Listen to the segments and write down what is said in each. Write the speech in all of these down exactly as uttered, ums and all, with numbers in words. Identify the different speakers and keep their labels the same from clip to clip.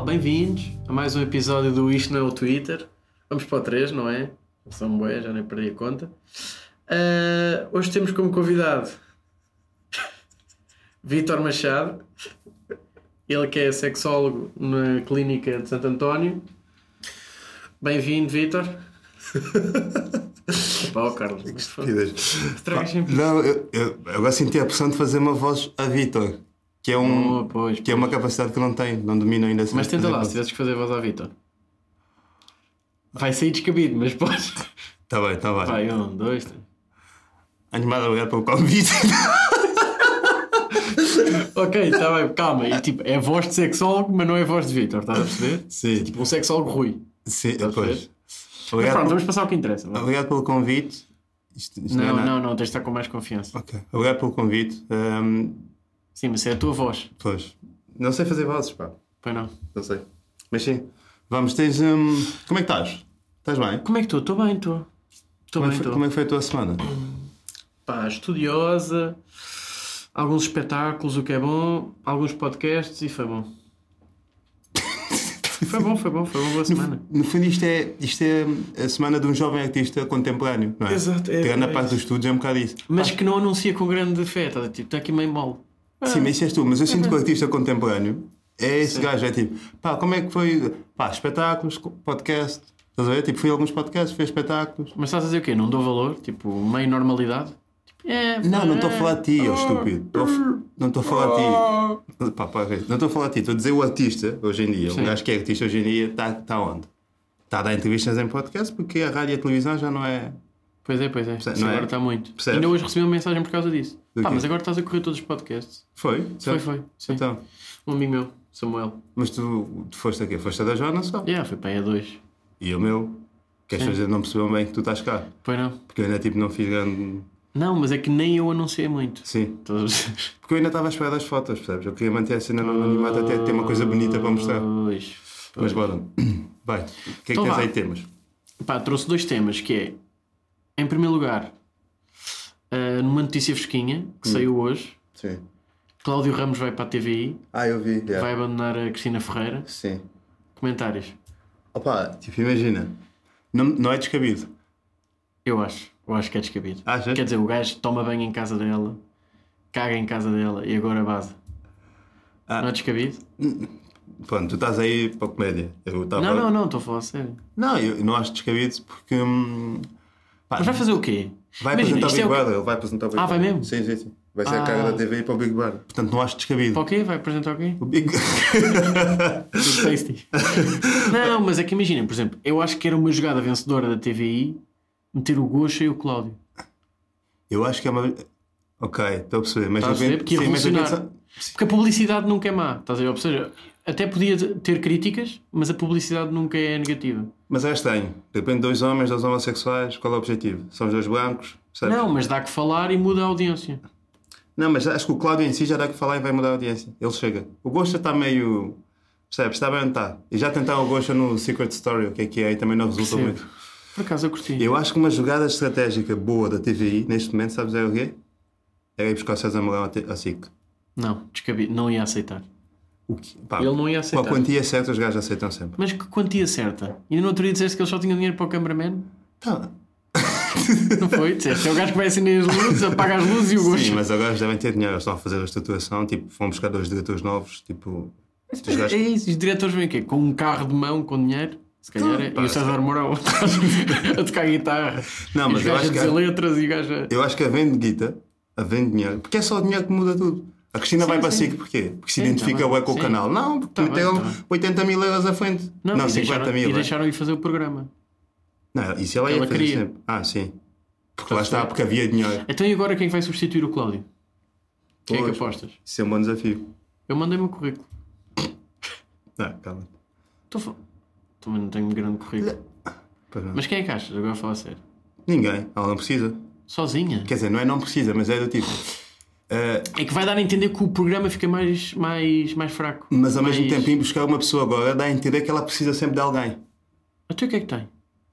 Speaker 1: bem-vindos a mais um episódio do Isto Não é o Twitter. Vamos para o três, não é? São bué, já nem perdi a conta. Uh, hoje temos como convidado Vítor Machado, ele que é sexólogo na Clínica de Santo António. Bem-vindo, Vítor. Pá, Carlos,
Speaker 2: não, eu, eu agora senti a pressão de fazer uma voz a Vítor, que é, um,
Speaker 1: oh, pois,
Speaker 2: que
Speaker 1: pois.
Speaker 2: é uma capacidade que não tenho, não domino ainda.
Speaker 1: Mas tenta lá, se tivesses que fazer voz a Vítor. Vai sair descabido, mas podes.
Speaker 2: Tá bem, tá bem.
Speaker 1: Vai, um, dois, três.
Speaker 2: Animado a olhar para o convite.
Speaker 1: Ok, está bem, calma. E, tipo, é voz de sexólogo, mas não é voz de Vítor, estás a perceber?
Speaker 2: Sim.
Speaker 1: É tipo um sexólogo Rui.
Speaker 2: Sim,
Speaker 1: Estás
Speaker 2: pois.
Speaker 1: Mas pronto,
Speaker 2: por...
Speaker 1: vamos passar ao que interessa. Vai.
Speaker 2: Obrigado pelo convite. Isto, isto
Speaker 1: não,
Speaker 2: não, é
Speaker 1: não, não, tens de estar com mais confiança.
Speaker 2: Ok, obrigado pelo convite. Um...
Speaker 1: Sim, mas é a tua voz.
Speaker 2: Pois. Não sei fazer vozes, pá.
Speaker 1: Pois não.
Speaker 2: Não sei. Mas sim. Vamos, tens... Um... Como é que estás? Estás bem?
Speaker 1: Como é que estou? Estou bem, estou. Estou
Speaker 2: como,
Speaker 1: bem,
Speaker 2: é
Speaker 1: estou.
Speaker 2: como é que foi a tua semana?
Speaker 1: Pá, estudiosa, alguns espetáculos, o que é bom, alguns podcasts e foi bom. Foi bom, foi bom, foi uma boa semana.
Speaker 2: No, no fundo isto é, isto é a semana de um jovem artista contemporâneo, não é?
Speaker 1: Exato, é.
Speaker 2: Tirando
Speaker 1: é
Speaker 2: a parte dos estudos é um bocado isso.
Speaker 1: Mas
Speaker 2: ah,
Speaker 1: que não anuncia com grande fé, está tipo, está aqui meio mole.
Speaker 2: Sim, mas isso és tu, mas eu sinto que o artista contemporâneo é esse
Speaker 1: Sim.
Speaker 2: gajo, é tipo, pá, como é que foi? Pá, espetáculos, podcast, estás a ver? Tipo, fui a alguns podcasts, fez espetáculos.
Speaker 1: Mas estás a dizer o quê? Não dou valor? Tipo, meio normalidade? Tipo, é,
Speaker 2: Não, não estou a
Speaker 1: é.
Speaker 2: falar de ti, ó estúpido. Tô a- Não estou a falar de ti. Pá, pá, não estou a falar de ti, estou a dizer o artista hoje em dia.
Speaker 1: Sim.
Speaker 2: O gajo que é artista hoje em dia está tá onde? Está a dar entrevistas em podcast porque a rádio e a televisão já não é.
Speaker 1: Pois é, pois é. Isso
Speaker 2: Não é?
Speaker 1: agora está muito.
Speaker 2: Percebes?
Speaker 1: Ainda hoje recebi uma mensagem por causa disso.
Speaker 2: Do
Speaker 1: Pá,
Speaker 2: quê?
Speaker 1: mas agora estás a correr todos os podcasts.
Speaker 2: Foi?
Speaker 1: Foi,
Speaker 2: Certo?
Speaker 1: foi. Sim.
Speaker 2: Então,
Speaker 1: Um amigo meu, Samuel.
Speaker 2: mas tu, tu foste aqui, foste a da Joana só.
Speaker 1: Yeah, foi para aí a dois.
Speaker 2: E o meu, que as
Speaker 1: Sim.
Speaker 2: pessoas não perceberam bem que tu estás cá.
Speaker 1: Pois não?
Speaker 2: Porque eu ainda tipo não fiz grande.
Speaker 1: Não, mas é que nem eu anunciei muito.
Speaker 2: Sim.
Speaker 1: Estás a perceber?
Speaker 2: Porque eu ainda estava à espera das fotos, percebes? Eu queria manter a cena no anonimato até ter uma coisa bonita para mostrar.
Speaker 1: Pois.
Speaker 2: Mas bora. Vai. O que é que
Speaker 1: Então
Speaker 2: tens
Speaker 1: vá.
Speaker 2: aí de temas?
Speaker 1: Pá, trouxe dois temas, que é, em primeiro lugar, uh, numa notícia fresquinha, que
Speaker 2: Hum.
Speaker 1: saiu hoje,
Speaker 2: Sim.
Speaker 1: Cláudio Ramos vai para a T V I,
Speaker 2: Ah, eu vi. Yeah.
Speaker 1: vai abandonar a Cristina Ferreira.
Speaker 2: Sim.
Speaker 1: Comentários?
Speaker 2: Opa, tipo, imagina. Não, não é descabido.
Speaker 1: Eu acho. Eu acho que é descabido.
Speaker 2: Achas?
Speaker 1: Quer dizer, o gajo toma banho em casa dela, caga em casa dela e agora vaza.
Speaker 2: Ah.
Speaker 1: Não é descabido?
Speaker 2: Pronto, tu estás aí para a comédia. Eu tava...
Speaker 1: Não, não, não, estou a falar a sério.
Speaker 2: Não, eu não acho descabido porque. Hum, pá,
Speaker 1: Mas vai fazer o quê?
Speaker 2: vai
Speaker 1: Imagina,
Speaker 2: apresentar o
Speaker 1: isto
Speaker 2: Big
Speaker 1: é o-
Speaker 2: Brother. Ele vai apresentar o Big
Speaker 1: Ah, vai
Speaker 2: Brother.
Speaker 1: mesmo?
Speaker 2: Sim, sim, sim. Vai ser
Speaker 1: Ah.
Speaker 2: a cara da T V I para o Big Brother. Portanto, não acho descabido.
Speaker 1: Para o quê? Vai apresentar o quê?
Speaker 2: O Big...
Speaker 1: Big Tasty. Não, mas é que imagina, por exemplo, eu acho que era uma jogada vencedora da T V I meter o Gocha e o Cláudio.
Speaker 2: Eu acho que é uma. Ok, estou a perceber. Mas
Speaker 1: Estás a
Speaker 2: eu
Speaker 1: perceber?
Speaker 2: penso-
Speaker 1: Porque ia
Speaker 2: sim, mas eu
Speaker 1: revolucionar.
Speaker 2: penso-
Speaker 1: Porque a publicidade nunca é má. Estás a ver? Ou seja, até podia ter críticas, mas a publicidade nunca é negativa.
Speaker 2: Mas é estranho. Depende de dois homens, dois homossexuais. Qual é o objetivo? São os dois brancos? Percebes?
Speaker 1: Não, mas dá que falar e muda a audiência.
Speaker 2: Não, mas acho que o Cláudio em si já dá que falar e vai mudar a audiência. Ele chega. O Gosha está meio. Percebes? Está bem onde está. E já tentaram o Gosha no Secret Story, o que é que é, e também não resulta
Speaker 1: Percebo.
Speaker 2: muito.
Speaker 1: Por acaso eu curti.
Speaker 2: Eu acho que uma jogada estratégica boa da T V I, neste momento, sabes é o quê? Era ir buscar o César Mourão à T- à S I C.
Speaker 1: Não, descabido. Não ia aceitar.
Speaker 2: O que? Pá,
Speaker 1: Ele não ia
Speaker 2: com
Speaker 1: aceitar.
Speaker 2: a quantia certa, os gajos aceitam sempre.
Speaker 1: Mas que quantia certa? E no outro dia disseste que ele só tinha dinheiro para o cameraman?
Speaker 2: Tá.
Speaker 1: Não foi? Disseste, é o gajo que vai acender as luzes, apaga as luzes e o
Speaker 2: Sim,
Speaker 1: Gocha.
Speaker 2: mas agora eles devem ter dinheiro. Eles estão a fazer a estruturação. Tipo, vão buscar dois diretores novos. Tipo, estes
Speaker 1: É
Speaker 2: gajos...
Speaker 1: isso, os diretores vêm o quê? Com um carro de mão, com dinheiro? Se calhar é.
Speaker 2: Pá,
Speaker 1: E o César Mourão a tocar guitarra.
Speaker 2: Não,
Speaker 1: E
Speaker 2: mas
Speaker 1: os
Speaker 2: eu
Speaker 1: gajos
Speaker 2: acho
Speaker 1: a
Speaker 2: que-
Speaker 1: dizer letras e o gajo a...
Speaker 2: Eu acho que havendo guita, havendo dinheiro, porque é só o dinheiro que muda tudo. A Cristina
Speaker 1: Sim,
Speaker 2: vai para a
Speaker 1: sim.
Speaker 2: S I C porquê? Porque se
Speaker 1: Sim,
Speaker 2: identifica
Speaker 1: tá bem.
Speaker 2: bué com
Speaker 1: Sim.
Speaker 2: o canal. Não, porque
Speaker 1: Tá bem,
Speaker 2: meteram
Speaker 1: tá bem.
Speaker 2: oitenta mil euros à frente.
Speaker 1: Não,
Speaker 2: Não,
Speaker 1: e
Speaker 2: cinquenta
Speaker 1: deixaram,
Speaker 2: mil.
Speaker 1: e
Speaker 2: é.
Speaker 1: deixaram-lhe fazer o programa.
Speaker 2: Não, isso ela ia
Speaker 1: Ela
Speaker 2: fazer
Speaker 1: queria.
Speaker 2: sempre. Ah, sim. Porque
Speaker 1: Tá
Speaker 2: lá está,
Speaker 1: certo.
Speaker 2: porque havia dinheiro.
Speaker 1: Então e agora quem vai substituir o Cláudio? Quem é que
Speaker 2: Pois.
Speaker 1: apostas?
Speaker 2: Isso é um bom desafio.
Speaker 1: Eu mandei o meu currículo.
Speaker 2: Não, calma.
Speaker 1: Estou a falar. Também não tenho um grande currículo.
Speaker 2: Pois não.
Speaker 1: Mas quem é que achas? Agora a falar a sério.
Speaker 2: Ninguém. Ela não precisa.
Speaker 1: Sozinha?
Speaker 2: Quer dizer, não é não precisa, mas é do tipo... eh,
Speaker 1: É que vai dar a entender que o programa fica mais, mais, mais fraco.
Speaker 2: mas ao mesmo
Speaker 1: Mais-
Speaker 2: tempo, ir buscar uma pessoa agora dá a entender que ela precisa sempre de alguém.
Speaker 1: Até o que é que tem?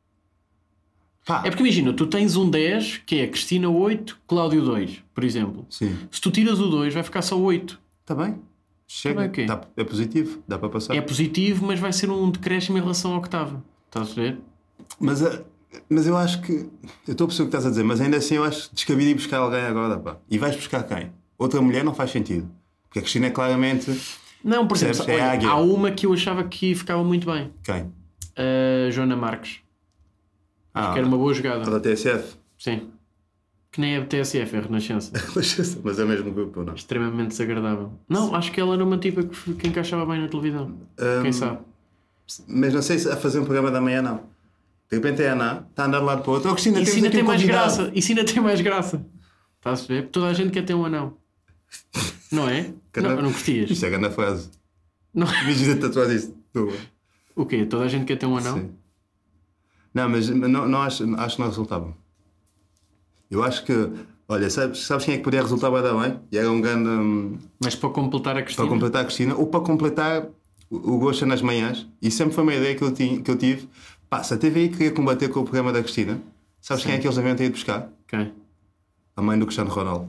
Speaker 2: Pá.
Speaker 1: É porque imagina, tu tens um dez, que é Cristina oito, Cláudio dois, por exemplo.
Speaker 2: Sim.
Speaker 1: Se tu tiras o dois, vai ficar só oito.
Speaker 2: Está bem. chega,
Speaker 1: Também o quê?
Speaker 2: tá, é positivo, dá para passar.
Speaker 1: É positivo, mas vai ser um decréscimo em relação ao que estava. Estás a ver?
Speaker 2: Mas, a- mas eu acho que. Eu estou a perceber o que estás a dizer, mas ainda assim eu acho descabido ir buscar alguém agora, pá. E vais buscar quem? Outra mulher não faz sentido. Porque a Cristina é claramente.
Speaker 1: Não, por exemplo,
Speaker 2: Percebes? É
Speaker 1: olha,
Speaker 2: águia.
Speaker 1: há uma que eu achava que ficava muito bem.
Speaker 2: Quem?
Speaker 1: A Joana Marques. Acho
Speaker 2: Ah,
Speaker 1: que era uma boa jogada.
Speaker 2: da T S F.
Speaker 1: Sim. Que nem é T S F, é Renascença.
Speaker 2: Mas é o mesmo grupo, não?
Speaker 1: Extremamente desagradável. Não, acho que ela era uma tipa que, que encaixava bem na televisão. Quem
Speaker 2: Um,
Speaker 1: sabe?
Speaker 2: Mas não sei se a fazer um programa da manhã, não. De repente é a Ana, está a andar de um lado para o outro. Oh, Cristina,
Speaker 1: Isso
Speaker 2: temos
Speaker 1: ainda
Speaker 2: aqui
Speaker 1: tem
Speaker 2: um
Speaker 1: mais
Speaker 2: convidado.
Speaker 1: graça. Isso ainda tem mais graça. Estás a ver? Toda a gente quer ter um anão. Não é?
Speaker 2: Cada-
Speaker 1: Não, não curtias?
Speaker 2: Isto é grande frase.
Speaker 1: Não.
Speaker 2: Imagina tatuar isso. Tu.
Speaker 1: O quê? Toda a gente quer ter um anão?
Speaker 2: Sim. Não, mas não, não acho, acho que não resultava. Eu acho que, olha, sabes, sabes quem é que podia resultar bem da bem? E era um grande. hum,
Speaker 1: Mas para completar a Cristina.
Speaker 2: para completar a Cristina, ou para completar o o Gosta nas manhãs. E sempre foi uma ideia que eu, tinha, que eu tive. Pá, se a T V I queria combater com o programa da Cristina, sabes
Speaker 1: Sim.
Speaker 2: quem é que eles deviam ter ido buscar?
Speaker 1: Ok.
Speaker 2: A mãe do Cristiano Ronaldo.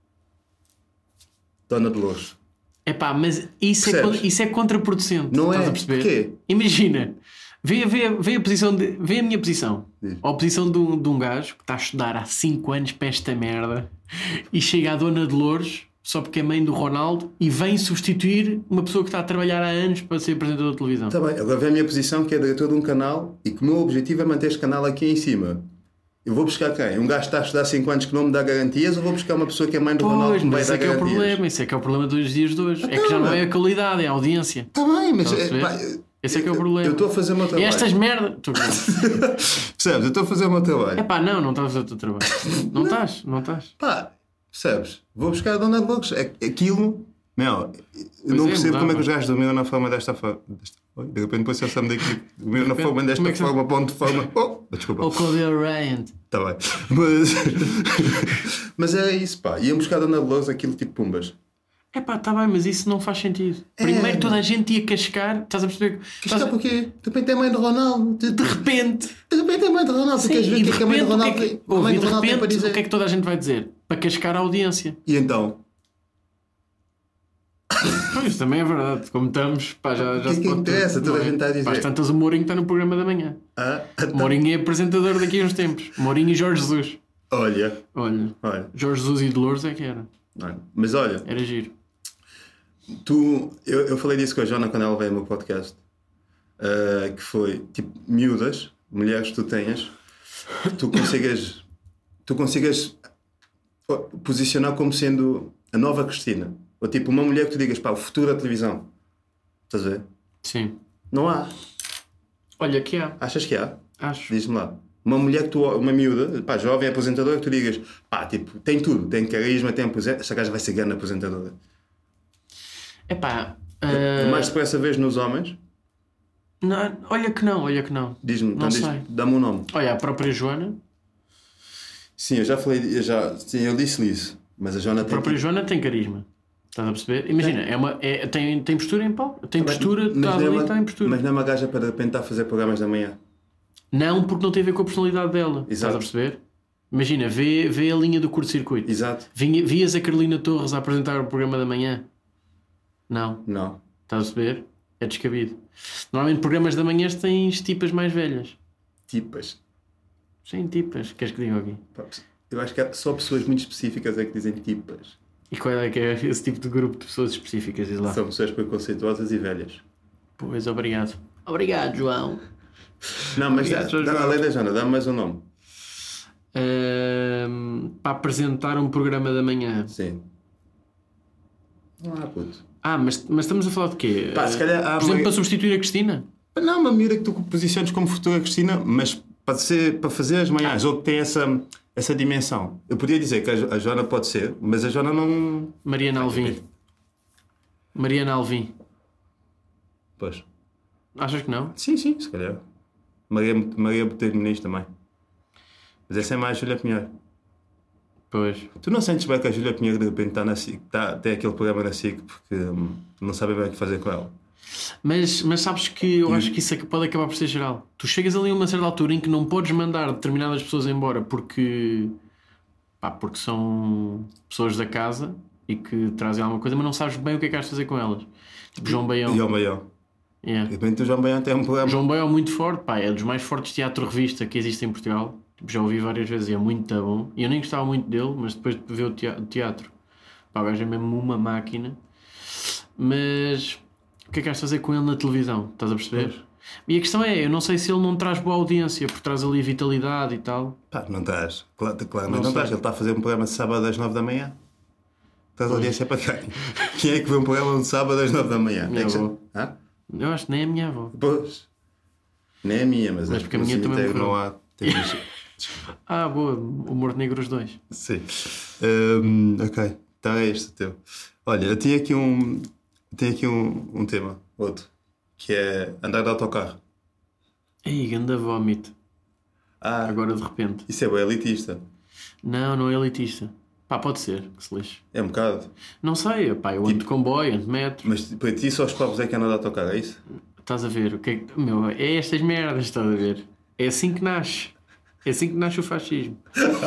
Speaker 2: Dona Dolores.
Speaker 1: Epá, mas isso é,
Speaker 2: Percebes?
Speaker 1: contra- isso é contraproducente.
Speaker 2: Não
Speaker 1: Estás
Speaker 2: é?
Speaker 1: a perceber?
Speaker 2: Porquê?
Speaker 1: Imagina, vê, vê, vê, a posição de, vê a minha posição.
Speaker 2: Diz.
Speaker 1: A posição de um, de um gajo que está a estudar há cinco anos para esta merda e chega a Dona Dolores só porque é mãe do Ronaldo e vem substituir uma pessoa que está a trabalhar há anos para ser apresentador de televisão.
Speaker 2: Está bem, agora vem a minha posição que é diretor de um canal e que o meu objetivo é manter este canal aqui em cima. Eu vou buscar quem? Um gajo que está a estudar cinco anos que não me dá garantias ou vou buscar uma pessoa que é mãe do Ronaldo
Speaker 1: Pois,
Speaker 2: que me vai
Speaker 1: mas
Speaker 2: dar
Speaker 1: esse é que é o
Speaker 2: garantias?
Speaker 1: problema. Esse é que é o problema dos dias de hoje. é que
Speaker 2: Então,
Speaker 1: já não
Speaker 2: mas-
Speaker 1: é a qualidade, é a audiência.
Speaker 2: Está bem, mas...
Speaker 1: Estás a
Speaker 2: é,
Speaker 1: perceber?
Speaker 2: pá,
Speaker 1: Esse é que é o problema.
Speaker 2: Eu estou a fazer o meu
Speaker 1: E
Speaker 2: trabalho.
Speaker 1: estas merdas. Estou a ver.
Speaker 2: Percebes? Eu estou a fazer o meu trabalho.
Speaker 1: Epá, não, não estás a fazer o teu trabalho. Não estás, não estás.
Speaker 2: Pá, percebes? Vou buscar a Dona Dolores. É, aquilo... Meu, eu não
Speaker 1: é,
Speaker 2: percebo
Speaker 1: mudava.
Speaker 2: como é que os gajos dormiram na forma desta forma. Desta... Oi, de repente depois eu me daqui. Dormiram na
Speaker 1: repente,
Speaker 2: forma desta
Speaker 1: como é que se-
Speaker 2: forma, ponto de forma. Oh, desculpa.
Speaker 1: Ou Claudia Ryan.
Speaker 2: Está bem. Mas, mas era isso, pá. Iam buscar a Dona Dolores aquilo tipo pumbas.
Speaker 1: Epá, está bem, mas isso não faz sentido.
Speaker 2: É,
Speaker 1: Primeiro toda a
Speaker 2: mas-
Speaker 1: gente ia cascar. Estás a perceber?
Speaker 2: Isto
Speaker 1: Estás
Speaker 2: é
Speaker 1: a-
Speaker 2: porquê? De repente é mãe do Ronaldo. De,
Speaker 1: De repente.
Speaker 2: de repente é mãe do Ronaldo. Tu
Speaker 1: Sim,
Speaker 2: queres ver
Speaker 1: e
Speaker 2: o
Speaker 1: de
Speaker 2: que é que a mãe do
Speaker 1: repente, o que
Speaker 2: Ronaldo
Speaker 1: é
Speaker 2: tem-
Speaker 1: que,
Speaker 2: a
Speaker 1: ouve,
Speaker 2: mãe
Speaker 1: e
Speaker 2: do
Speaker 1: de
Speaker 2: Ronaldo tem para
Speaker 1: repente
Speaker 2: dizer?
Speaker 1: o que é que toda a gente vai dizer? Para cascar a audiência.
Speaker 2: E então?
Speaker 1: Pois, também é verdade. Como estamos, pá, já, já
Speaker 2: O que é
Speaker 1: se
Speaker 2: que
Speaker 1: pode
Speaker 2: interessa?
Speaker 1: tudo,
Speaker 2: Toda a
Speaker 1: não é?
Speaker 2: gente está a dizer.
Speaker 1: Pá, às tantas o Mourinho está no programa da manhã.
Speaker 2: Ah,
Speaker 1: O
Speaker 2: então-
Speaker 1: Mourinho é apresentador daqui a uns tempos. Mourinho e Jorge Jesus.
Speaker 2: Olha,
Speaker 1: Olha,
Speaker 2: olha,
Speaker 1: Jorge Jesus e Dolores é que era.
Speaker 2: olha. Mas olha,
Speaker 1: Era giro.
Speaker 2: tu, eu, eu falei disso com a Joana quando ela veio ao meu podcast, ah, que foi tipo miúdas, mulheres que tu tenhas, que tu consigas, tu consigas oh, posicionar como sendo a nova Cristina, ou tipo uma mulher que tu digas, pá, o futuro da televisão. Estás a ver?
Speaker 1: Sim.
Speaker 2: Não há.
Speaker 1: Olha, que há.
Speaker 2: Achas que há?
Speaker 1: Acho.
Speaker 2: Diz-me lá. Uma mulher que tu, uma miúda, pá, jovem apresentadora, que tu digas, pá, tipo, tem tudo, tem carisma, tem apresentação, esta gaja vai ser grande apresentadora.
Speaker 1: Epá.
Speaker 2: É
Speaker 1: ah,
Speaker 2: mais depressa vez nos homens.
Speaker 1: não, olha que não, olha que não.
Speaker 2: Diz-me, então
Speaker 1: Não
Speaker 2: diz,
Speaker 1: sei.
Speaker 2: dá-me um nome.
Speaker 1: Olha, a própria Joana.
Speaker 2: Sim, eu já falei, eu já, sim, eu disse-lhe isso, mas a Joana
Speaker 1: A
Speaker 2: tem
Speaker 1: própria
Speaker 2: tipo-
Speaker 1: Joana tem carisma. Estás a perceber? Imagina, é uma, é, tem, tem postura em pau. Tem postura,
Speaker 2: mas
Speaker 1: estás
Speaker 2: não é
Speaker 1: ali,
Speaker 2: uma-
Speaker 1: está em postura.
Speaker 2: Mas não é uma gaja para de repente estar a fazer programas da manhã.
Speaker 1: Não, porque não tem a ver com a personalidade dela. Estás
Speaker 2: Exato.
Speaker 1: a perceber? Imagina, vê, vê a linha do curto-circuito.
Speaker 2: Exato.
Speaker 1: Vinha- Vias a Carolina Torres a apresentar o programa da manhã? Não.
Speaker 2: Não.
Speaker 1: Estás a perceber? É descabido. Normalmente programas da manhã tens tipas mais velhas.
Speaker 2: Tipas.
Speaker 1: Sim, tipas. Queres que diga aqui?
Speaker 2: Pá, eu acho que há só pessoas muito específicas é que dizem tipas.
Speaker 1: E qual é que é esse tipo de grupo de pessoas específicas? Diz lá.
Speaker 2: São pessoas preconceituosas e velhas.
Speaker 1: Pois, obrigado. Obrigado, João.
Speaker 2: Não, mas dá,
Speaker 1: Obrigado, João.
Speaker 2: dá, além da Joana, dá-me mais um nome.
Speaker 1: Ahm, para apresentar um programa da manhã.
Speaker 2: Sim. Ah, puto.
Speaker 1: Ah, mas, mas estamos a falar de quê?
Speaker 2: Pá, se calhar há
Speaker 1: Por exemplo,
Speaker 2: uma-
Speaker 1: para substituir a Cristina?
Speaker 2: Não, uma miúda que tu posiciones como futura Cristina, mas para, ser, para fazer as manhãs, ou que tem essa, essa dimensão. Eu podia dizer que a, Jo- a Joana pode ser, mas a Joana não.
Speaker 1: Mariana Alvim. Mariana Alvim.
Speaker 2: Pois.
Speaker 1: Achas que não?
Speaker 2: Sim, sim, se calhar. Maria, Maria Botelho Muniz também. Mas essa é mais Júlia Pinheiro.
Speaker 1: Pois.
Speaker 2: Tu não sentes bem que a Júlia Pinheiro de repente está na SIC, está, tem aquele programa na SIC porque hum, não sabem bem o que fazer com ela.
Speaker 1: Mas, mas sabes que eu acho que isso é que pode acabar por ser geral. Tu chegas ali a uma certa altura em que não podes mandar determinadas pessoas embora porque, pá, porque são pessoas da casa e que trazem alguma coisa, mas não sabes bem o que é que has de fazer com elas. Tipo João Baião.
Speaker 2: João Baião.
Speaker 1: Yeah.
Speaker 2: E de repente o João Baião tem um programa.
Speaker 1: João Baião é muito forte, pá, é dos mais fortes teatro-revista que existe em Portugal. Tipo, já ouvi várias vezes e é muito bom. E eu nem gostava muito dele, mas depois de ver o teatro, pá, o gajo é mesmo uma máquina. Mas o que é que has de fazer com ele na televisão? Estás a perceber? Pois. E a questão é, eu não sei se ele não traz boa audiência, porque traz ali vitalidade e tal.
Speaker 2: Pá, não traz. Claro, claro mas não, não traz. Ele está a fazer um programa de sábado às nove da manhã. Traz audiência para cá. Quem é que vê um programa de sábado às nove da manhã?
Speaker 1: Minha
Speaker 2: é que
Speaker 1: avó.
Speaker 2: Já...
Speaker 1: Eu acho que nem a minha avó.
Speaker 2: Pois. Nem a minha, mas,
Speaker 1: mas
Speaker 2: acho
Speaker 1: porque a minha também
Speaker 2: não há. Tem...
Speaker 1: Ah, boa. Humor negro os dois.
Speaker 2: Sim. Um, ok. Então é este o teu. Olha, eu tinha aqui um... Tenho aqui um, um tema, outro, que é andar de autocarro.
Speaker 1: Ei, ganda vómito.
Speaker 2: Ah,
Speaker 1: agora de repente.
Speaker 2: Isso é bem elitista.
Speaker 1: Não, não é elitista. Pá, pode ser, que se lixe.
Speaker 2: É um bocado.
Speaker 1: Não sei, pá, eu ando tipo, de comboio, ando de metro.
Speaker 2: Mas para ti só os pobres é que andam de autocarro, é isso?
Speaker 1: Estás a ver? O que é que... Meu, é estas merdas, estás a ver? É assim que nasce. É assim que nasce o fascismo.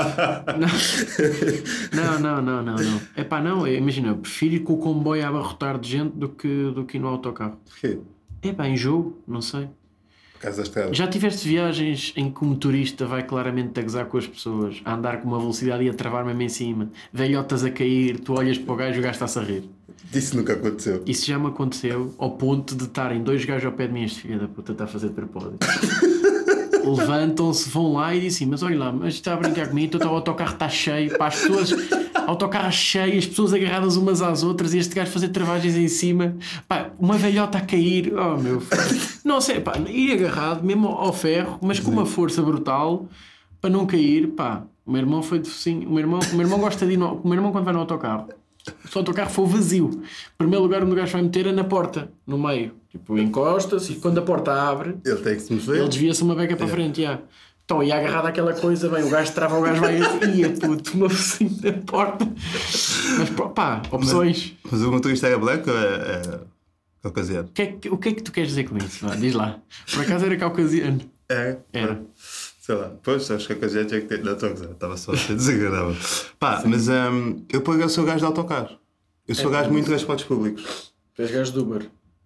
Speaker 1: não, não, não, não, não. É pá, não, imagina, eu prefiro ir com o comboio a abarrotar de gente do que, do que ir no autocarro.
Speaker 2: Porquê?
Speaker 1: É pá, em jogo, não sei.
Speaker 2: Por causa da estrada.
Speaker 1: Já tiveste viagens em que o motorista vai claramente a gozar com as pessoas, a andar com uma velocidade e a travar mesmo em cima, velhotas a cair, tu olhas para o gajo e o gajo está-se a rir.
Speaker 2: Isso nunca aconteceu.
Speaker 1: Isso já me aconteceu ao ponto de estarem dois gajos ao pé de mim, este filho da puta está a fazer de propósito. Levantam-se, vão lá e dizem assim, mas olha lá, mas está a brincar comigo, então o autocarro está cheio, pá, as pessoas, autocarro cheio, as pessoas agarradas umas às outras e este gajo fazer travagens em cima, pá, uma velhota a cair, oh meu filho. Não sei, pá, ir agarrado mesmo ao ferro, mas com uma força brutal para não cair, pá. O meu irmão foi de focinho, o meu irmão, o meu irmão gosta de ir no, o meu irmão quando vai no autocarro, se o autocarro for vazio, em primeiro lugar onde o gajo vai meter é na porta, no meio. Tipo, encosta-se e quando a porta abre,
Speaker 2: ele tem que se mover.
Speaker 1: Ele desvia-se uma beca para a frente, já. Então, e agarrado àquela coisa, bem, o gajo trava, o gajo vai e ia, puto, uma focinha na porta. Mas pá, opções.
Speaker 2: Mas, mas o motorista era black ou é, é caucasiano?
Speaker 1: O que, é, que, o que é que tu queres dizer com isso? Vá, diz lá. Por acaso era caucasiano.
Speaker 2: É?
Speaker 1: Era.
Speaker 2: Sei lá, pois, acho que caucasiano tinha que ter. Não, estou a gozar, estava só a ser desagradável. Pá, sim. Mas um, eu, por acaso, sou gajo de autocarro. Eu sou é, gajo muito de transportes públicos.
Speaker 1: Tu és gajo de Uber.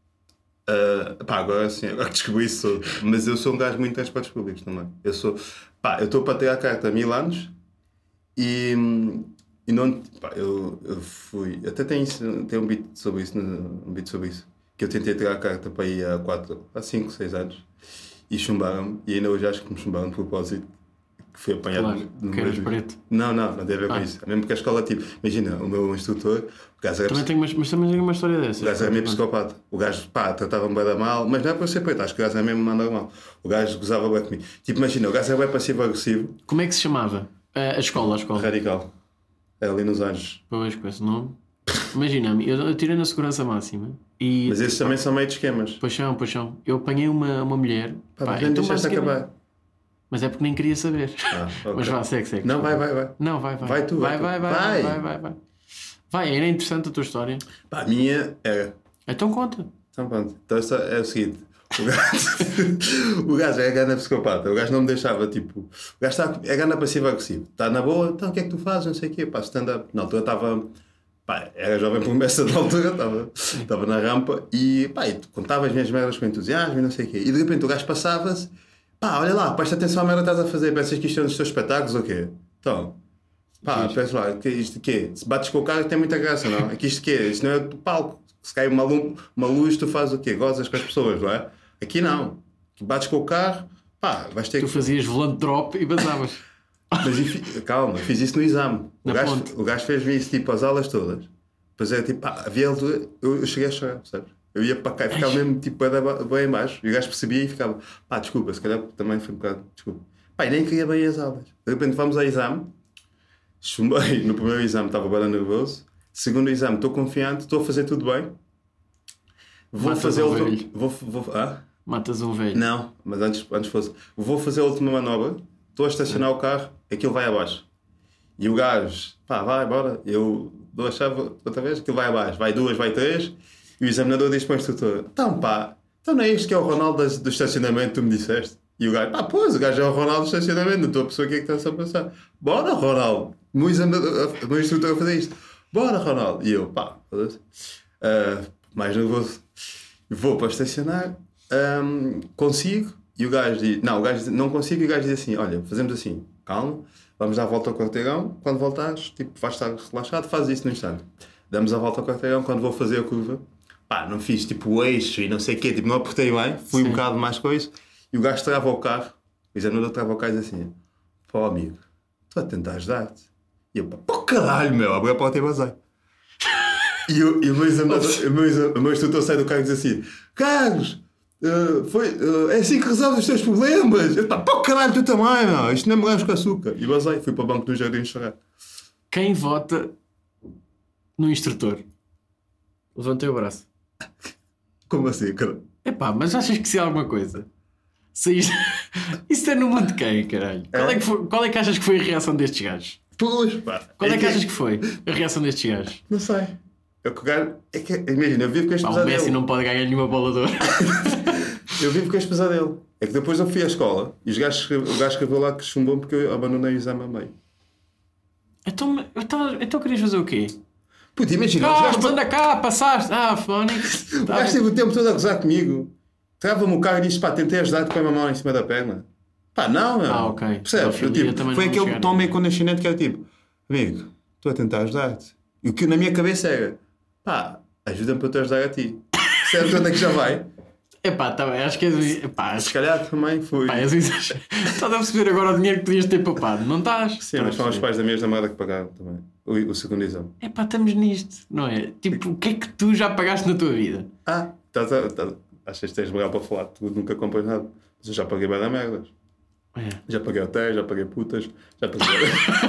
Speaker 2: Uh, pá, agora sim, agora descobri isso tudo. Mas eu sou um gajo muito de transportes públicos também. Eu sou, pá, eu estou para ter a carta há mil anos e, e não, pá, eu, eu fui, até tenho, tenho um beat sobre isso, um beat sobre isso, que eu tentei tirar a carta para ir há quatro, há cinco, seis anos e chumbaram-me, e ainda hoje acho que me chumbaram de propósito. Que fui apanhado
Speaker 1: claro,
Speaker 2: no
Speaker 1: que eras preto.
Speaker 2: Não, não, não tem a ver com ah. isso. Mesmo porque a escola, tipo, imagina, o meu instrutor, o gajo era.
Speaker 1: Também tenho uma, mas também tenho uma história dessa.
Speaker 2: O gajo era meio psicopata. O gajo, pá, tratava-me bem da mal, mas não é para ser preto, acho que o gajo é mesmo mandar mal. O gajo gozava bem comigo. Tipo, imagina, o gajo era bem passivo-agressivo.
Speaker 1: Como é que se chamava? A, a escola, a escola.
Speaker 2: Radical. Era ali nos Anjos.
Speaker 1: Pois, com esse nome. Imagina-me, eu, eu tirei na segurança máxima. E,
Speaker 2: mas esses também são meio de esquemas.
Speaker 1: Pois são, pois são. Eu apanhei uma, uma mulher.
Speaker 2: Pá, pá, mas então deixaste acabar.
Speaker 1: Mas é porque nem queria saber.
Speaker 2: Ah, okay.
Speaker 1: Mas vá, segue, segue.
Speaker 2: Não, vai, vai, vai.
Speaker 1: Não, vai, vai.
Speaker 2: Vai tu,
Speaker 1: vai.
Speaker 2: Vai,
Speaker 1: vai,
Speaker 2: vai,
Speaker 1: vai, vai, vai, vai. Vai, era interessante a tua história.
Speaker 2: Pá, a minha era...
Speaker 1: Então conta.
Speaker 2: Então pronto. Então é o seguinte. O gajo, o gajo é gana psicopata. O gajo não me deixava, tipo... O gajo está, é gana passivo-agressivo. Está na boa, então o que é que tu fazes? Não sei o quê. Pá, stand-up. Na altura estava... Pá, era jovem promessa da altura. Estava, estava na rampa. E, pá, e contava as minhas merdas com entusiasmo e não sei o quê. E de repente o gajo passava-se... Pá, olha lá, presta atenção à merda que estás a fazer. Pensas que isto é um dos teus espetáculos ou quê? Então, pá, pensa lá, que, isto o quê? Se bates com o carro tem muita graça, não? Aqui isto o quê? Isto não é do palco. Se cai uma, luz, uma luz, tu fazes o quê? Gozas com as pessoas, não é? Aqui não. Bates com o carro, pá, vais ter
Speaker 1: tu
Speaker 2: que...
Speaker 1: Tu fazias volante drop e vazavas.
Speaker 2: Mas calma, fiz isso no exame. O gajo, o gajo fez-me isso, tipo, as aulas todas. Depois é tipo, pá, havia altura, eu, eu cheguei a chorar, percebes? Eu ia para cá e ficava mesmo tipo bem embaixo. E o gajo percebia e ficava, pá, desculpa, se calhar também foi um bocado, desculpa. Pá, e nem queria bem as aulas. De repente vamos ao exame, chumbei no primeiro exame, estava bem nervoso. Segundo exame, estou confiante, estou a fazer tudo bem. Vou
Speaker 1: Matas
Speaker 2: fazer
Speaker 1: um
Speaker 2: outro.
Speaker 1: velho.
Speaker 2: Vou, vou, ah?
Speaker 1: Matas um velho.
Speaker 2: Não, mas antes, antes fosse. Vou fazer a última manobra, estou a estacionar é. o carro, aquilo vai abaixo. E o gajo, pá, vai, bora. Eu dou a chave outra vez, aquilo vai abaixo. Vai duas, vai três. E o examinador diz para o instrutor: então pá, então não é isto que é o Ronaldo do estacionamento que tu me disseste? E o gajo: pá, pois, o gajo é o Ronaldo do estacionamento, não estou a pessoa que é que está a passar. Bora, Ronaldo. O meu, examinador, o meu instrutor a fazer isto: bora Ronaldo. E eu, pá, uh, mais nervoso. Vou para estacionar, um, consigo, e o gajo diz, não, o gajo diz, não consigo, e o gajo diz assim, olha, fazemos assim, calma, vamos dar a volta ao quarteirão, quando voltares, tipo, vais estar relaxado, fazes isso no instante. Damos a volta ao quarteirão, quando vou fazer a curva, pá, não fiz tipo o eixo e não sei o quê, tipo, não apertei bem, fui Sim. um bocado mais coisa, e o gajo trava o carro, o examinador trava o carro e diz assim, pô amigo, estou a tentar ajudar-te. E eu, pô caralho meu, abre a porta e vazei. E, eu, e o meu examinador, o meu, o meu instrutor sai do carro e diz assim, Carlos, uh, foi, uh, é assim que resolves os teus problemas. Eu, pá, pô caralho, tu também, não, isto não é morangos com açúcar. E vazei, fui para o banco do jardim chorar.
Speaker 1: Quem vota no instrutor? Levantei o braço.
Speaker 2: Como assim, cara?
Speaker 1: Epá, mas achas que se há alguma coisa? Se isto... Isso é no mundo de quem, caralho? Qual é, que foi... Qual é que achas que foi a reação destes gajos?
Speaker 2: Pois, pá.
Speaker 1: Qual é, é que, que achas que foi a reação destes gajos?
Speaker 2: Não sei. Eu que ganho... é que, imagina, eu vivo com este
Speaker 1: pá,
Speaker 2: pesadelo.
Speaker 1: O Messi não pode ganhar nenhuma bola de ouro.
Speaker 2: Eu vivo com este pesadelo. É que depois eu fui à escola e os gajos, o gajo escreveu lá que chumbou porque eu abandonei o exame a meio.
Speaker 1: Então, então, então querias fazer o quê?
Speaker 2: Puta, imagina,
Speaker 1: ah, os gajos... anda cá, passaste. Ah, Fónix.
Speaker 2: O gajo teve o tempo todo a gozar comigo. Trava-me o carro e disse, pá, tentei ajudar-te com a mão em cima da perna. Pá, não, não.
Speaker 1: Ah, ok.
Speaker 2: Percebes? Eu, tipo, foi aquele tom meio condescendente que era tipo, amigo, estou a tentar ajudar-te. E o que na minha cabeça era, pá, ajuda-me para te ajudar a ti. Certo, onde é que já vai?
Speaker 1: Epá, tá bem, acho que és... Epá,
Speaker 2: se calhar também fui.
Speaker 1: Pá, és exagerado. Estás a perceber agora o dinheiro que podias ter poupado, não estás?
Speaker 2: Sim, mas foram os pais da minha namorada que pagaram também o, o segundo exame.
Speaker 1: Epá, estamos nisto, não é? Tipo, o que é que tu já pagaste na tua vida?
Speaker 2: Ah, estás a... Tá, achas que tens lugar para falar, tu nunca compras nada. Mas eu já paguei bem da merdas. É. Já paguei hotéis, já paguei putas, já paguei.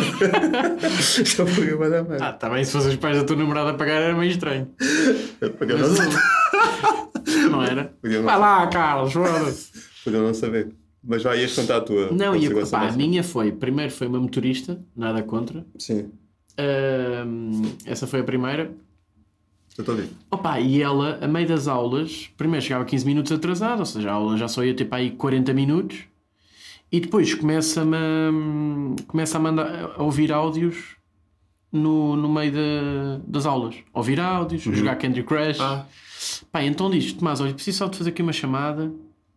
Speaker 2: já paguei bem da merda.
Speaker 1: Ah, também se fossem os pais da tua namorada pagar era meio estranho.
Speaker 2: Eu paguei
Speaker 1: mas, não... não era? Não vai lá, Carlos, foda-se.
Speaker 2: Podia não saber. Mas vai, ias contar a tua.
Speaker 1: Não, ia, pá, a minha foi, primeiro foi uma motorista, nada contra.
Speaker 2: Sim.
Speaker 1: Uh, essa foi a primeira.
Speaker 2: Eu estou a ver.
Speaker 1: Opa, e ela, a meio das aulas, primeiro chegava quinze minutos atrasada, ou seja, a aula já só ia ter para aí quarenta minutos, e depois começa-me a, começa a, mandar, a ouvir áudios no, no meio de, das aulas. Ouvir áudios, uhum. jogar Candy Crush. Ah. Pá, então diz, Tomás, olha, preciso só de fazer aqui uma chamada.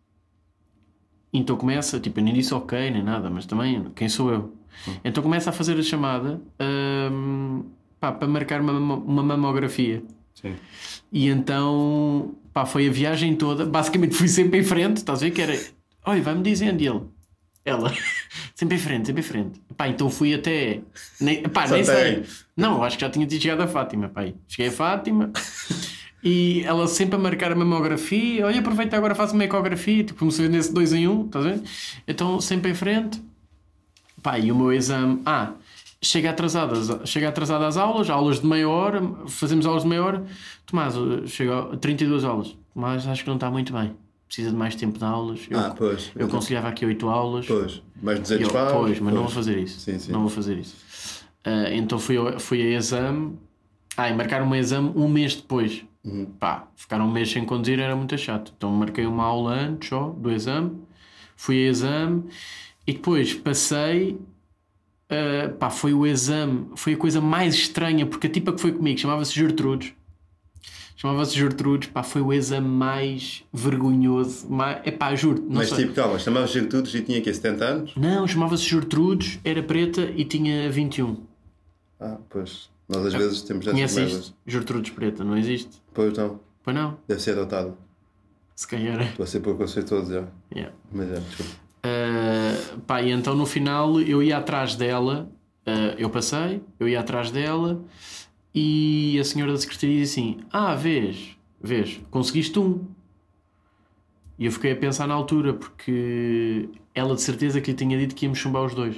Speaker 1: Então começa, tipo, eu nem disse ok, nem nada, mas também, quem sou eu? Uhum. Então começa a fazer a chamada um, pá, para marcar uma, uma mamografia.
Speaker 2: Sim.
Speaker 1: E então, pá, foi a viagem toda. Basicamente fui sempre em frente, estás a ver? Que era, olha, vai-me dizendo. E ele, ela, sempre em frente, sempre em frente. Pá, então fui até. Nem, pá, nem sei. Não, acho que já tinha chegado a Fátima. Pá, cheguei a Fátima e ela sempre a marcar a mamografia. Olha, aproveita agora, faço uma ecografia. Tipo, como se vendesse dois em um, estás a ver? Então, sempre em frente. Pá, e o meu exame. Ah. Chega atrasada, chega atrasada às aulas, aulas de meia hora, fazemos aulas de meia hora. Tomás, chega a trinta e duas aulas. Tomás, acho que não está muito bem. Precisa de mais tempo de aulas. Eu,
Speaker 2: ah, pois.
Speaker 1: Eu aconselhava aqui oito aulas.
Speaker 2: Pois, mais duzentos paus.
Speaker 1: Pois, mas pois. Não vou fazer isso.
Speaker 2: Sim, sim.
Speaker 1: Não vou fazer isso. Uh, então fui, fui a exame. Ah, e marcaram um exame um mês depois.
Speaker 2: Uhum.
Speaker 1: Pá, ficar um mês sem conduzir era muito chato. Então marquei uma aula antes ó, do exame. Fui a exame. E depois passei... Uh, pá, foi o exame, foi a coisa mais estranha, porque a tipa que foi comigo chamava-se Gertrudes, chamava-se Gertrudes, pá, foi o exame mais vergonhoso, mais, epá, juro, não
Speaker 2: mas
Speaker 1: sei.
Speaker 2: Tipo, calma, chamava-se Gertrudes e tinha aqui setenta anos?
Speaker 1: Não, chamava-se Gertrudes, era preta e tinha vinte e um.
Speaker 2: Ah, pois, nós às ah, vezes temos essas
Speaker 1: merdas.
Speaker 2: Conheces isto?
Speaker 1: Gertrudes preta, não existe?
Speaker 2: Pois não.
Speaker 1: Pois não?
Speaker 2: Deve ser adotado.
Speaker 1: Se calhar é.
Speaker 2: Estou a ser preconceituoso já.
Speaker 1: Yeah.
Speaker 2: Mas é, desculpa.
Speaker 1: Uh, pá, e então no final eu ia atrás dela, uh, eu passei, eu ia atrás dela e a senhora da secretaria disse assim: ah, vês, vês, conseguiste um. E eu fiquei a pensar na altura, porque ela de certeza que lhe tinha dito que íamos chumbar os dois.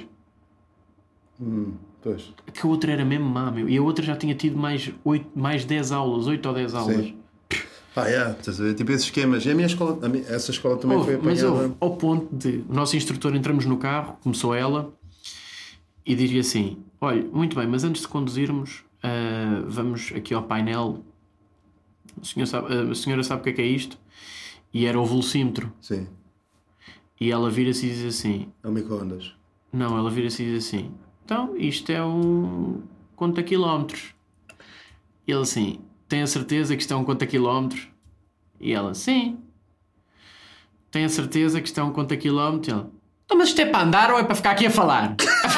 Speaker 2: Hum, pois.
Speaker 1: Que a outra era mesmo má, meu. E a outra já tinha tido mais, oito, mais dez aulas, oito ou dez aulas.
Speaker 2: Sim. Ah, yeah, estás a ver? Tipo esses esquemas. E a minha escola, a minha, essa escola também oh, foi apanhada.
Speaker 1: Mas houve, ao ponto de o nosso instrutor, entramos no carro, começou ela e diz-lhe assim: olha, muito bem, mas antes de conduzirmos, uh, vamos aqui ao painel. A senhora, sabe, a senhora sabe o que é que é isto? E era o velocímetro.
Speaker 2: Sim.
Speaker 1: E ela vira-se e diz assim:
Speaker 2: é o micro-ondas.
Speaker 1: Não, ela vira-se e diz assim: então, isto é um conta quilómetros. E ele assim, tem a certeza que isto é um conta quilómetros? E ela, sim. Tem a certeza que isto é um conta quilómetros? E ela, então, mas isto é para andar ou é para ficar aqui a falar?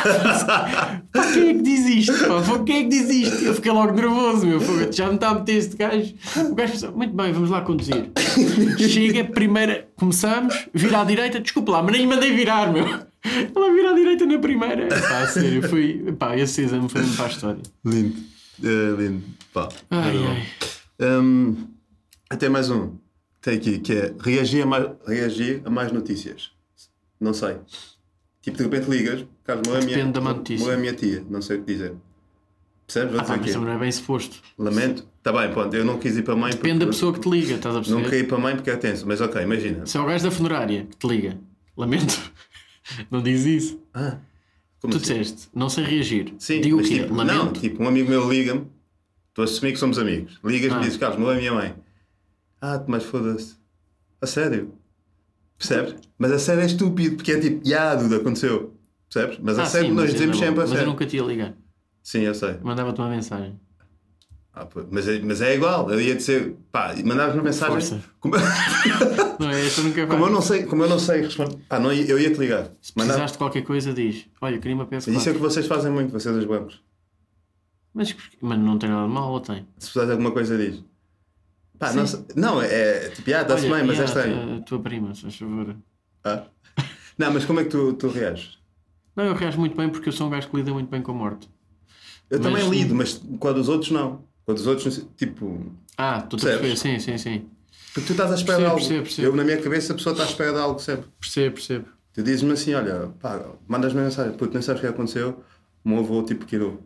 Speaker 1: Pá, quem é que diz isto? Pá? Quem é que diz isto? Eu fiquei logo nervoso, meu. Já me está a meter este gajo. O gajo pensou, muito bem, vamos lá conduzir. Chega, primeira, começamos, vira à direita, desculpa lá, mas nem lhe mandei virar, meu. Ela vira à direita na primeira. Pá, sério, fui. Pá, esse exame foi muito para a história.
Speaker 2: Lindo, uh, lindo. Pá,
Speaker 1: ai, ai.
Speaker 2: Um, até mais um. Tem aqui que é reagir a mais, reagir a mais notícias. Não sei. Tipo, de repente ligas, Carlos, morreu a minha,
Speaker 1: Depende da má notícia.
Speaker 2: morreu a minha tia, não sei o que dizer. Percebes? Vou
Speaker 1: Ah,
Speaker 2: dizer
Speaker 1: pá,
Speaker 2: aqui.
Speaker 1: mas também não é bem suposto.
Speaker 2: Lamento. Está bem, pronto, eu não quis ir para a mãe.
Speaker 1: Depende da pessoa que te liga, estás a perceber?
Speaker 2: Não queria ir para a mãe porque é tenso, mas ok, imagina.
Speaker 1: Se é o gajo da funerária que te liga, lamento. Não diz isso.
Speaker 2: Ah, como
Speaker 1: Tu
Speaker 2: assim?
Speaker 1: disseste, não sei reagir.
Speaker 2: Sim,
Speaker 1: Digo o
Speaker 2: mas
Speaker 1: quê?
Speaker 2: tipo,
Speaker 1: Lamento.
Speaker 2: não, tipo, um amigo meu liga-me, estou a assumir que somos amigos. Ligas-me
Speaker 1: Ah.
Speaker 2: e dizes, Carlos, morreu a minha mãe. Ah, mas foda-se. A sério? Percebes? Mas a sério é estúpido, porque é tipo, ya, Duda, aconteceu. Percebes? Mas a
Speaker 1: Ah,
Speaker 2: sério
Speaker 1: sim,
Speaker 2: nós
Speaker 1: mas
Speaker 2: dizemos
Speaker 1: ainda
Speaker 2: sempre a
Speaker 1: bom. Mas eu
Speaker 2: sério.
Speaker 1: nunca te ia ligar.
Speaker 2: Sim, eu sei.
Speaker 1: Mandava-te uma mensagem.
Speaker 2: Ah, pô, mas, é, mas é igual, eu ia dizer, pá, mandavas uma mensagem.
Speaker 1: Força.
Speaker 2: Como,
Speaker 1: Não é esta nunca vai.
Speaker 2: como eu não sei, como eu não sei responder. Pá, não, ia- eu ia te ligar.
Speaker 1: Se
Speaker 2: Mandava-
Speaker 1: precisaste de qualquer coisa, diz. Olha, queria uma peça.
Speaker 2: Isso é o que vocês fazem muito, vocês os bancos.
Speaker 1: Mas, mas não tem nada de mal, ou tem?
Speaker 2: Se precisares de alguma coisa, diz. Pá,
Speaker 1: Sim.
Speaker 2: não, sei- não, é, é tipo, ah, dá-se
Speaker 1: Olha,
Speaker 2: bem, mas
Speaker 1: e
Speaker 2: é
Speaker 1: a-
Speaker 2: estranho.
Speaker 1: A tua prima, se faz favor.
Speaker 2: Ah. Não, mas como é que tu, tu reages?
Speaker 1: Não, eu reajo muito bem porque eu sou um gajo que lida muito bem com a morte.
Speaker 2: Eu
Speaker 1: Mas-
Speaker 2: também lido, mas com a dos outros não. Com a dos outros, tipo.
Speaker 1: Ah, estou a
Speaker 2: Percebes?
Speaker 1: perceber, sim, sim, sim.
Speaker 2: Porque tu estás à espera
Speaker 1: Percebo,
Speaker 2: de algo.
Speaker 1: percebo, percebo.
Speaker 2: Eu, na minha cabeça, a pessoa está à espera de algo sempre.
Speaker 1: Percebo, percebo.
Speaker 2: Tu dizes-me assim: olha, pá, mandas-me mensagem, puto, nem sabes o que aconteceu. O meu avô, tipo, quinou.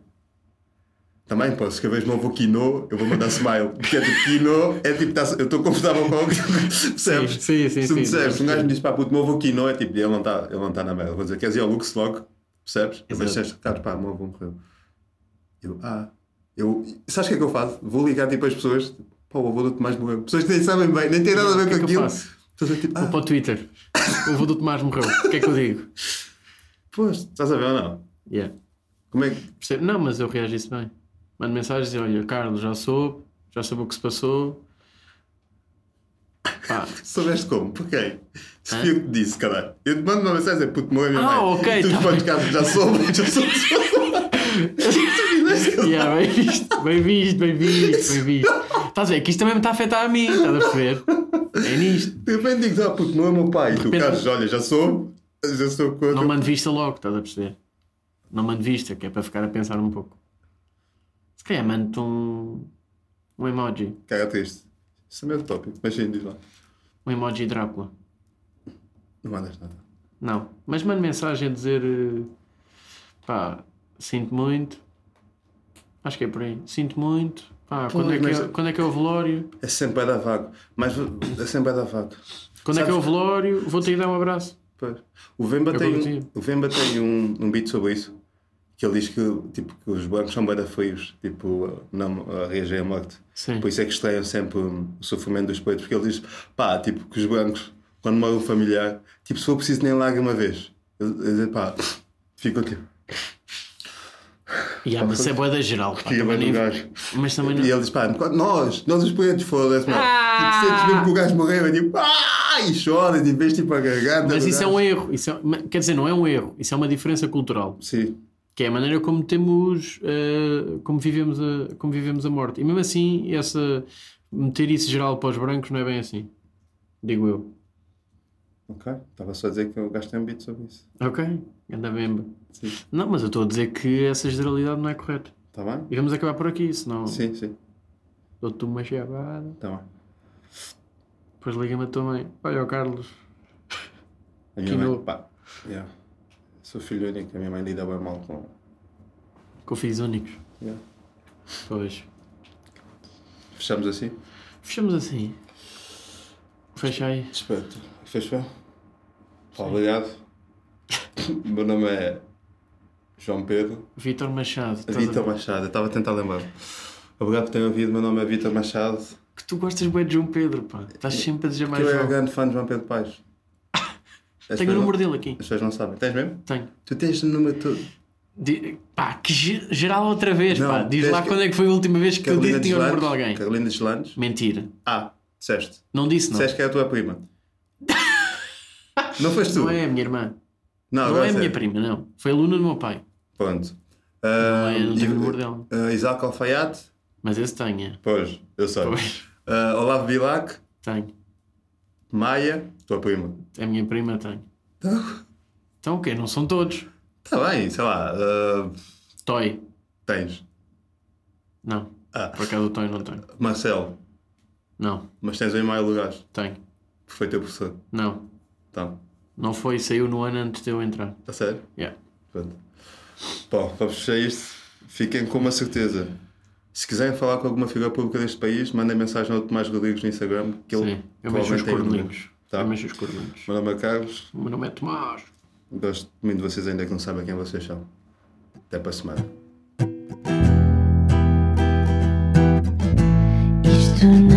Speaker 2: Também, pô, se que eu vejo o meu avô quinou, eu vou mandar smile. Porque é tipo, quinou, é tipo, tá, eu estou confortável com algo. Percebes?
Speaker 1: Sim, sim, sim.
Speaker 2: Se tu me
Speaker 1: sim,
Speaker 2: disseres, se um gajo
Speaker 1: percebo.
Speaker 2: me diz, pá, puto, o meu avô quinou, é tipo, ele não está ele não tá na merda. Vou dizer, queres ir ao Lux logo? Percebes? Eu
Speaker 1: Exato.
Speaker 2: disseste, cara, pá, o meu avô morreu. Eu, ah, eu, sabes o que é que eu faço? Vou ligar tipo às pessoas, pá, o avô do Tomás morreu. Pessoas que nem sabem bem, nem têm nada a ver
Speaker 1: O que é
Speaker 2: com
Speaker 1: que eu
Speaker 2: aquilo.
Speaker 1: faço?
Speaker 2: Pessoas tipo,
Speaker 1: Vou
Speaker 2: ah,
Speaker 1: para o Twitter. O avô do Tomás morreu. O que é que eu digo?
Speaker 2: pois, estás a ver ou não?
Speaker 1: Yeah.
Speaker 2: Como é que.
Speaker 1: Percebo. Não, mas eu reajo isso bem. Mando mensagens e olha, Carlos, já soube, já soube o que se passou. Pá.
Speaker 2: Soubeste como? Por quem? Se
Speaker 1: Hã?
Speaker 2: fui eu que te disse, caralho. Eu te mando uma mensagem e dizer, puto, morreu a minha
Speaker 1: Ah,
Speaker 2: mãe.
Speaker 1: ok,
Speaker 2: E tu
Speaker 1: tá
Speaker 2: respondes,
Speaker 1: bem.
Speaker 2: Carlos, já soube, já soube.
Speaker 1: Yeah, bem visto, bem visto, bem visto, bem visto. Estás a ver que isto também me está a afetar a mim, estás a perceber? É nisto.
Speaker 2: De repente digo, ah, puto, não é meu pai. E tu,
Speaker 1: repente-
Speaker 2: Carlos, olha, já soube, já soube quando.
Speaker 1: Não mando vista logo, estás a perceber? Não mando vista, que é para ficar a pensar um pouco. Se calhar mando-te um, um emoji.
Speaker 2: Cara triste. Isso é meu tópico, mas sim, diz lá.
Speaker 1: Um emoji Drácula.
Speaker 2: Não mandas nada.
Speaker 1: Não, mas mando mensagem a dizer eh, pá, sinto muito. Acho que é por aí. Sinto muito. Pá,
Speaker 2: Pô,
Speaker 1: quando, é que
Speaker 2: mas-
Speaker 1: é, quando é que é o velório?
Speaker 2: É sempre vai dar vago. Mas é sempre vai dar vago.
Speaker 1: Quando é que é o
Speaker 2: Sabes-
Speaker 1: velório? Vou-te dar um abraço.
Speaker 2: Pois. O Vemba
Speaker 1: Eu
Speaker 2: tem,
Speaker 1: curti.
Speaker 2: o Vemba tem um, um beat sobre isso. Que ele diz que, tipo, que os bancos são bem frios, tipo, não, a reagir à morte.
Speaker 1: Sim.
Speaker 2: Por isso é que estranham sempre o sofrimento dos pretos. Porque ele diz, pá, tipo, que os bancos, quando morre um familiar, tipo, se for preciso nem larga uma vez. Ele ele diz, pá, fica aqui.
Speaker 1: Yeah, mas isso é boeda geral. Pá,
Speaker 2: Fica
Speaker 1: também
Speaker 2: bem do
Speaker 1: nem-
Speaker 2: gajo.
Speaker 1: Mas também não.
Speaker 2: E ele diz, pá, nós, nós os pretos, foda-se, mano.
Speaker 1: Ah!
Speaker 2: Tipo, sentes mesmo que o gajo morreu, é tipo, ah, e chora, e vês tipo a garganta.
Speaker 1: Mas
Speaker 2: do
Speaker 1: isso é
Speaker 2: gajo.
Speaker 1: um erro. Isso é- quer dizer, não é um erro. Isso é uma diferença cultural.
Speaker 2: Sim.
Speaker 1: Que é a maneira como temos, eh, como, vivemos a, como vivemos a morte. E mesmo assim, essa, meter isso geral para os brancos não é bem assim. Digo eu.
Speaker 2: Ok, estava só a dizer que o gajo tem um beat sobre isso.
Speaker 1: Ok? Anda bem.
Speaker 2: Sim.
Speaker 1: Não, mas eu estou a dizer que essa generalidade não é correta.
Speaker 2: Está bem?
Speaker 1: E vamos acabar por aqui, senão
Speaker 2: Sim, sim.
Speaker 1: dou-te uma chavada.
Speaker 2: Está bem.
Speaker 1: Depois liga-me a tua mãe. Olha, o Carlos.
Speaker 2: A minha
Speaker 1: Que
Speaker 2: mãe,
Speaker 1: no-
Speaker 2: pá, yeah. Sou filho único, a minha mãe lida bem mal com.
Speaker 1: Com filhos únicos.
Speaker 2: Yeah.
Speaker 1: Pois.
Speaker 2: Fechamos assim?
Speaker 1: Fechamos assim. Fecha aí.
Speaker 2: Respeito. Fez bem? Pá, obrigado. O meu nome é João Pedro.
Speaker 1: Vítor Machado. estás a
Speaker 2: Vitor
Speaker 1: ver?
Speaker 2: Machado, eu estava a tentar lembrar. Obrigado por terem ouvido, o meu nome é Vitor Machado.
Speaker 1: Que tu gostas bem de João Pedro, pá. Estás sempre a dizer mais
Speaker 2: Eu era
Speaker 1: João.
Speaker 2: grande fã de João Pedro Paes. As
Speaker 1: Tenho o
Speaker 2: pessoas
Speaker 1: número
Speaker 2: não-
Speaker 1: dele aqui.
Speaker 2: As pessoas não sabem. Tens mesmo?
Speaker 1: Tenho.
Speaker 2: Tu tens o número todo.
Speaker 1: Di- Pá, que ge- geral outra vez,
Speaker 2: Não,
Speaker 1: pá. Diz
Speaker 2: tens
Speaker 1: lá
Speaker 2: que-
Speaker 1: quando é que foi a última vez que tu
Speaker 2: Carolina
Speaker 1: disse que tinha o número de
Speaker 2: Deslandes.
Speaker 1: alguém.
Speaker 2: Carolina Deslandes.
Speaker 1: Mentira.
Speaker 2: Ah, disseste.
Speaker 1: Não disse, não.
Speaker 2: Disseste que é a tua prima. Não foste tu?
Speaker 1: Não é a minha irmã.
Speaker 2: Não,
Speaker 1: Não
Speaker 2: agora
Speaker 1: é a minha
Speaker 2: sério.
Speaker 1: prima, não. Foi aluna do meu pai.
Speaker 2: Pronto.
Speaker 1: Não,
Speaker 2: Ah,
Speaker 1: é, não tenho o
Speaker 2: e-
Speaker 1: número dela.
Speaker 2: ah, Isaac Alfaiate.
Speaker 1: Mas esse tenho.
Speaker 2: Pois, eu sei.
Speaker 1: Pois,
Speaker 2: Ah, Olavo Bilac.
Speaker 1: tenho.
Speaker 2: Maia. Tua prima.
Speaker 1: É a minha prima, tenho.
Speaker 2: Então,
Speaker 1: Então o quê? Não são todos.
Speaker 2: tá bem, sei lá. ah,
Speaker 1: Toy.
Speaker 2: tens.
Speaker 1: Não.
Speaker 2: Ah,
Speaker 1: Por acaso o Toy não tenho.
Speaker 2: Marcelo.
Speaker 1: Não.
Speaker 2: Mas tens em maio lugares.
Speaker 1: Tenho.
Speaker 2: Foi teu professor.
Speaker 1: Não.
Speaker 2: Então,
Speaker 1: Não foi. Saiu no ano antes de eu entrar.
Speaker 2: a sério?
Speaker 1: Yeah.
Speaker 2: Pronto. Bom, vamos fechar isto. Fiquem com uma certeza. Se quiserem falar com alguma figura pública deste país, mandem mensagem ao Tomás Rodrigues no Instagram, que ele
Speaker 1: Sim. Eu mexo os
Speaker 2: provavelmente tem o número.
Speaker 1: cordelinhos.
Speaker 2: Tá?
Speaker 1: Eu mexo os cordelinhos.
Speaker 2: Meu nome é Carlos.
Speaker 1: O meu nome é Tomás.
Speaker 2: Gosto muito de vocês, ainda que não sabem quem vocês são. Até para a semana.
Speaker 3: Isto não